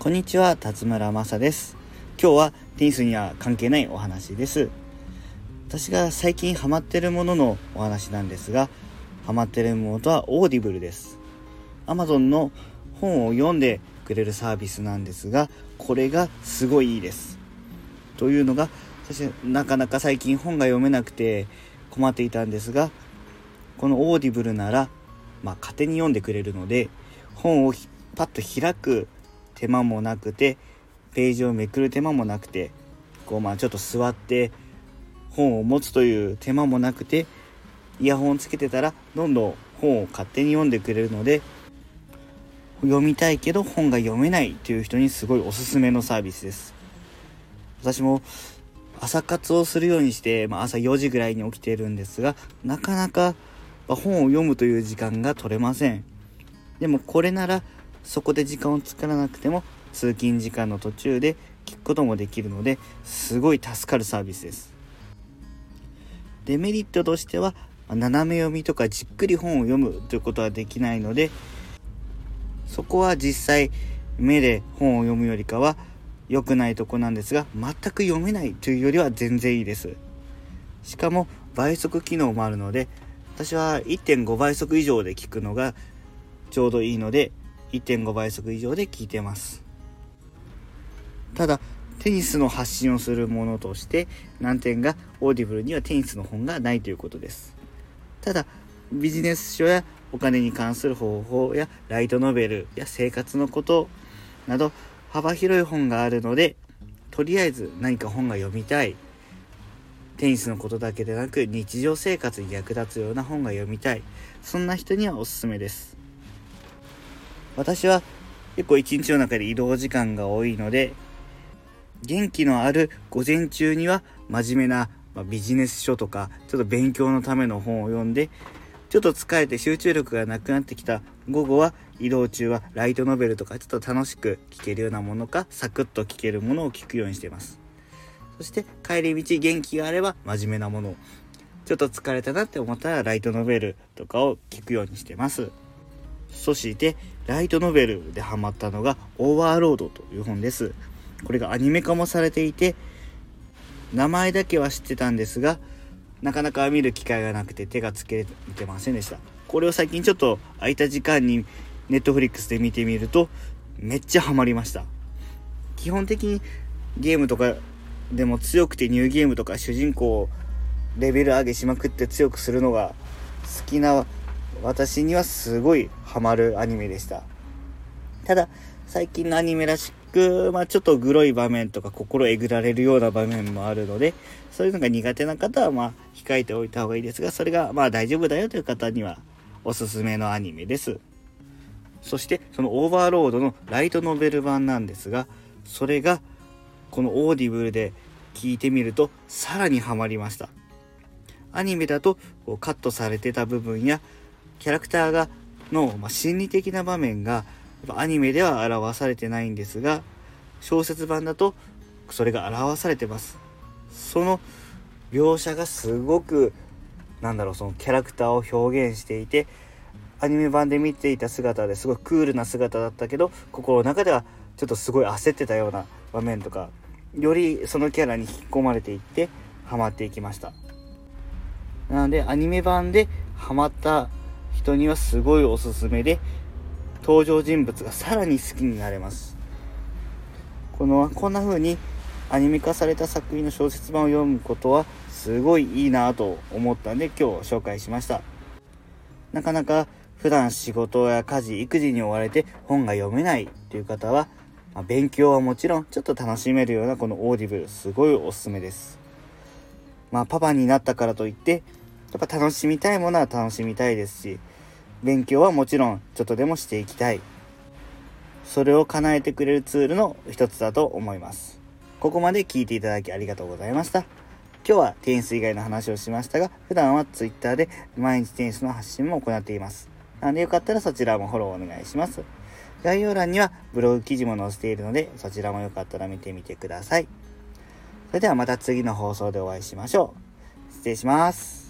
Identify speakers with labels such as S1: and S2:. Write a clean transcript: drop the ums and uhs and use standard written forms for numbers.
S1: こんにちは、辰村正です。今日はテニスには関係ないお話です。私が最近ハマってるもののお話なんですが、ハマってるものとはオーディブルです。Amazon の本を読んでくれるサービスなんですが、これがすごいいいです。というのが、私なかなか最近本が読めなくて困っていたんですが、このオーディブルなら、勝手に読んでくれるので、本をパッと開く手間もなくて、ページをめくる手間もなくて、ちょっと座って本を持つという手間もなくて、イヤホンをつけてたらどんどん本を勝手に読んでくれるので、読みたいけど本が読めないという人にすごいおすすめのサービスです。私も朝活をするようにして、朝4時ぐらいに起きているんですが、なかなか本を読むという時間が取れません。でもこれならそこで時間を作らなくても通勤時間の途中で聞くこともできるので、すごい助かるサービスです。デメリットとしては、斜め読みとかじっくり本を読むということはできないので、そこは実際目で本を読むよりかは良くないとこなんですが、全く読めないというよりは全然いいです。しかも倍速機能もあるので、私は 1.5 倍速以上で聞くのがちょうどいいので 1.5 倍速以上で聞いてます。ただテニスの発信をするものとして難点が、オーディブルにはテニスの本がないということです。ただビジネス書やお金に関する方法やライトノベルや生活のことなど幅広い本があるので、とりあえず何か本が読みたい、テニスのことだけでなく日常生活に役立つような本が読みたい、そんな人にはおすすめです。私は結構一日の中で移動時間が多いので、元気のある午前中には真面目なビジネス書とかちょっと勉強のための本を読んで、ちょっと疲れて集中力がなくなってきた午後は、移動中はライトノベルとかちょっと楽しく聞けるようなものかサクッと聞けるものを聞くようにしています。そして帰り道元気があれば真面目なもの、ちょっと疲れたなって思ったらライトノベルとかを聞くようにしてます。そしてライトノベルでハマったのがオーバーロードという本です。これがアニメ化もされていて、名前だけは知ってたんですが、なかなか見る機会がなくて手がつけてませんでした。これを最近ちょっと空いた時間にネットフリックスで見てみるとめっちゃハマりました。基本的にゲームとかでも強くてニューゲームとか主人公をレベル上げしまくって強くするのが好きな私にはすごいハマるアニメでした。ただ最近のアニメらしく、ちょっとグロい場面とか心えぐられるような場面もあるので、そういうのが苦手な方は控えておいた方がいいですが、それが大丈夫だよという方にはおすすめのアニメです。そしてそのオーバーロードのライトノベル版なんですが、それがこのオーディブルで聞いてみるとさらにハマりました。アニメだとカットされてた部分やキャラクターの心理的な場面がアニメでは表されてないんですが、小説版だとそれが表されてます。その描写がすごくそのキャラクターを表現していて、アニメ版で見ていた姿ですごいクールな姿だったけど、心の中ではちょっとすごい焦ってたような場面とか、よりそのキャラに引き込まれていってハマっていきました。なのでアニメ版でハマった人にはすごいおすすめで、登場人物がさらに好きになれます。こんな風にアニメ化された作品の小説版を読むことはすごいいいなと思ったんで、今日紹介しました。なかなか普段仕事や家事育児に追われて本が読めないという方は、勉強はもちろんちょっと楽しめるようなこのオーディブル、すごいおすすめです。パパになったからといってやっぱ楽しみたいものは楽しみたいですし、勉強はもちろんちょっとでもしていきたい、それを叶えてくれるツールの一つだと思います。ここまで聞いていただきありがとうございました。今日はテニス以外の話をしましたが、普段は Twitter で毎日テニスの発信も行っています。なのでよかったらそちらもフォローお願いします。概要欄にはブログ記事も載せているので、そちらもよかったら見てみてください。それではまた次の放送でお会いしましょう。失礼します。